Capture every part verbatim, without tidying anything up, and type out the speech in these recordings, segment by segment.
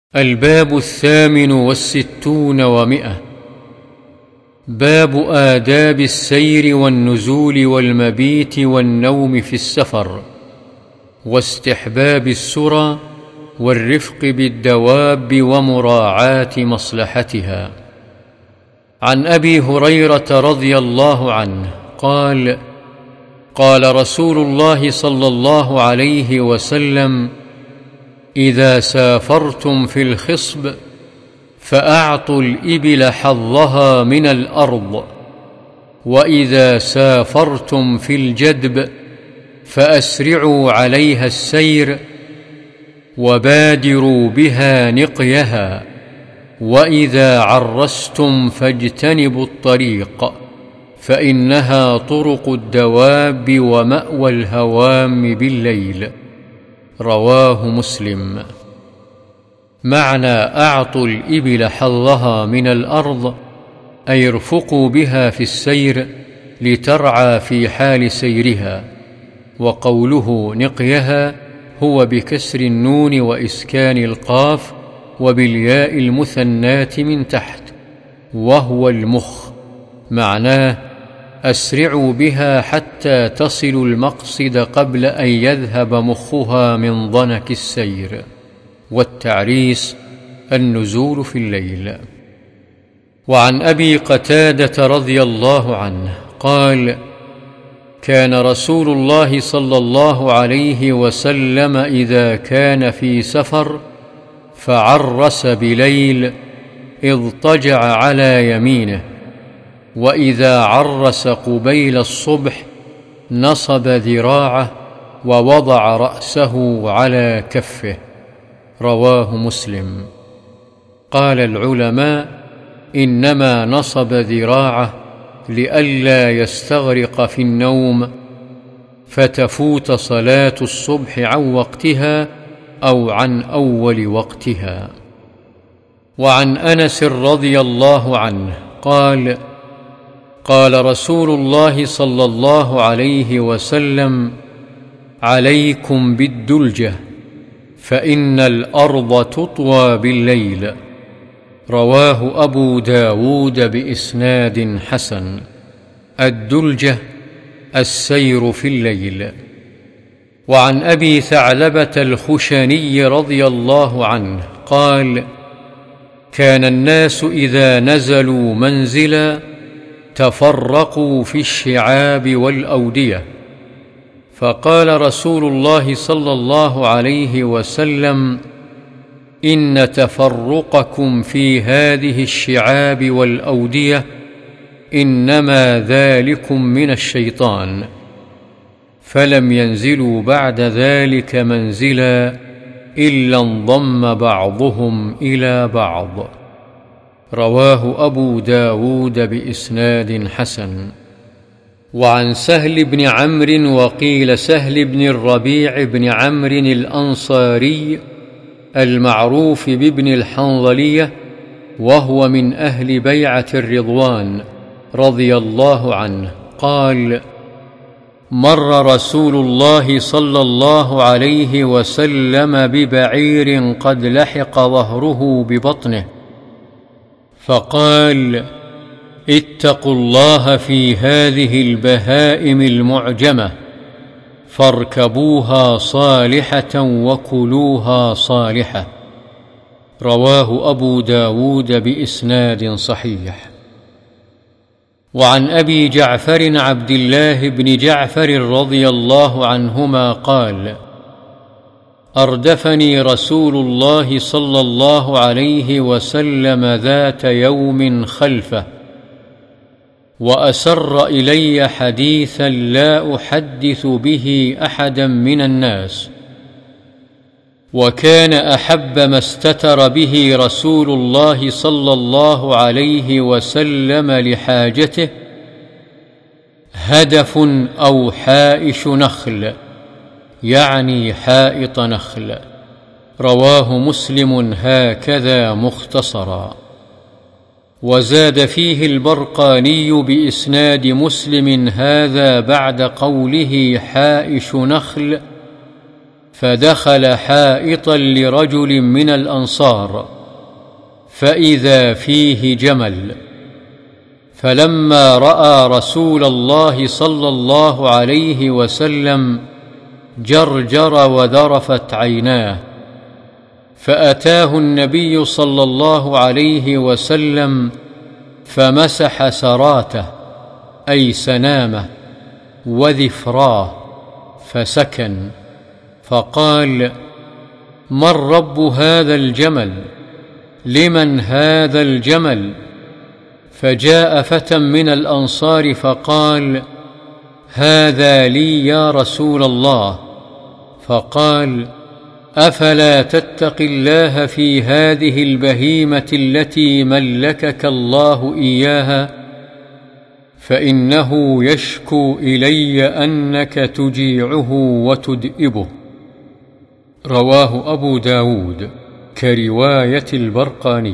الباب الثامن والستون ومئة. باب آداب السير والنزول والمبيت والنوم في السفر، واستحباب السرى والرفق بالدواب ومراعاة مصلحتها. عن أبي هريرة رضي الله عنه قال: قال رسول الله صلى الله عليه وسلم: إذا سافرتم في الخصب فأعطوا الإبل حظها من الأرض، وإذا سافرتم في الجدب فأسرعوا عليها السير، وبادروا بها نقيها، وإذا عرستم فاجتنبوا الطريق، فإنها طرق الدواب ومأوى الهوام بالليل. رواه مسلم. معنى أعطوا الإبل حظها من الأرض أي ارفقوا بها في السير لترعى في حال سيرها، وقوله نقيها هو بكسر النون وإسكان القاف وبالياء المثناة من تحت، وهو المخ. معناه أسرعوا بها حتى تصلوا المقصد قبل أن يذهب مخها من ضنك السير. والتعريس النزول في الليل. وعن أبي قتادة رضي الله عنه قال: كان رسول الله صلى الله عليه وسلم إذا كان في سفر فعرس بليل اضطجع على يمينه، وإذا عرس قبيل الصبح نصب ذراعه ووضع رأسه على كفه. رواه مسلم. قال العلماء: إنما نصب ذراعه لئلا يستغرق في النوم فتفوت صلاة الصبح عن وقتها أو عن أول وقتها. وعن أنس رضي الله عنه قال: قال رسول الله صلى الله عليه وسلم: عليكم بالدلجة، فإن الأرض تطوى بالليل. رواه أبو داود بإسناد حسن. الدلجة السير في الليل. وعن أبي ثعلبة الخشني رضي الله عنه قال: كان الناس إذا نزلوا منزلا تفرقوا في الشعاب والأودية، فقال رسول الله صلى الله عليه وسلم: إن تفرقكم في هذه الشعاب والأودية إنما ذلكم من الشيطان. فلم ينزلوا بعد ذلك منزلا إلا انضم بعضهم إلى بعض. رواه أبو داود بإسناد حسن. وعن سهل بن عمرو وقيل سهل بن الربيع بن عمرو الأنصاري المعروف بابن الحنظلية، وهو من أهل بيعة الرضوان رضي الله عنه قال: مر رسول الله صلى الله عليه وسلم ببعير قد لحق ظهره ببطنه، فقال: اتقوا الله في هذه البهائم المعجمة، فاركبوها صالحة وكلوها صالحة. رواه أبو داود بإسناد صحيح. وعن أبي جعفر عبد الله بن جعفر رضي الله عنهما قال: أردفني رسول الله صلى الله عليه وسلم ذات يوم خلفه، وأسر إلي حديثا لا أحدث به أحدا من الناس، وكان أحب ما استتر به رسول الله صلى الله عليه وسلم لحاجته هدف أو حائش نخل، يعني حائط نخل. رواه مسلم هكذا مختصرا. وزاد فيه البرقاني بإسناد مسلم هذا بعد قوله حائش نخل فدخل حائطا لرجل من الأنصار فإذا فيه جمل، فلما رأى رسول الله صلى الله عليه وسلم جرجر وذرفت عيناه، فأتاه النبي صلى الله عليه وسلم فمسح سراته أي سنامه وذفراه فسكن، فقال: من رب هذا الجمل؟ لمن هذا الجمل؟ فجاء فتى من الأنصار فقال: هذا لي يا رسول الله. فقال: أفلا تتقي الله في هذه البهيمة التي ملكك الله إياها؟ فإنه يشكو إلي أنك تجيعه وتدئبه. رواه أبو داود كرواية البرقاني.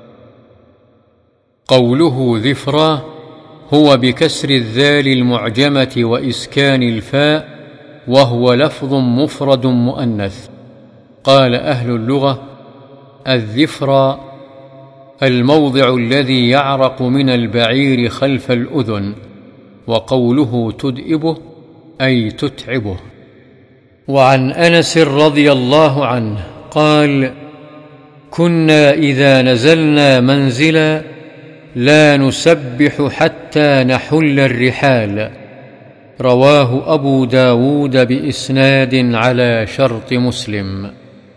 قوله ذفرا هو بكسر الذال المعجمة وإسكان الفاء، وهو لفظ مفرد مؤنث. قال أهل اللغة: الذفرا الموضع الذي يعرق من البعير خلف الأذن، وقوله تدئبه أي تتعبه. وعن أنس رضي الله عنه قال: كنا إذا نزلنا منزلا لا نسبح حتى نحل الرحال. رواه أبو داود بإسناد على شرط مسلم.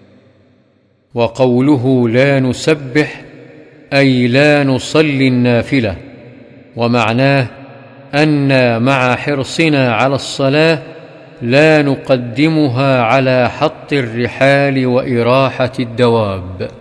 وقوله لا نسبح أي لا نصلي النافلة، ومعناه أن مع حرصنا على الصلاة لا نقدمها على حط الرحال وإراحة الدواب.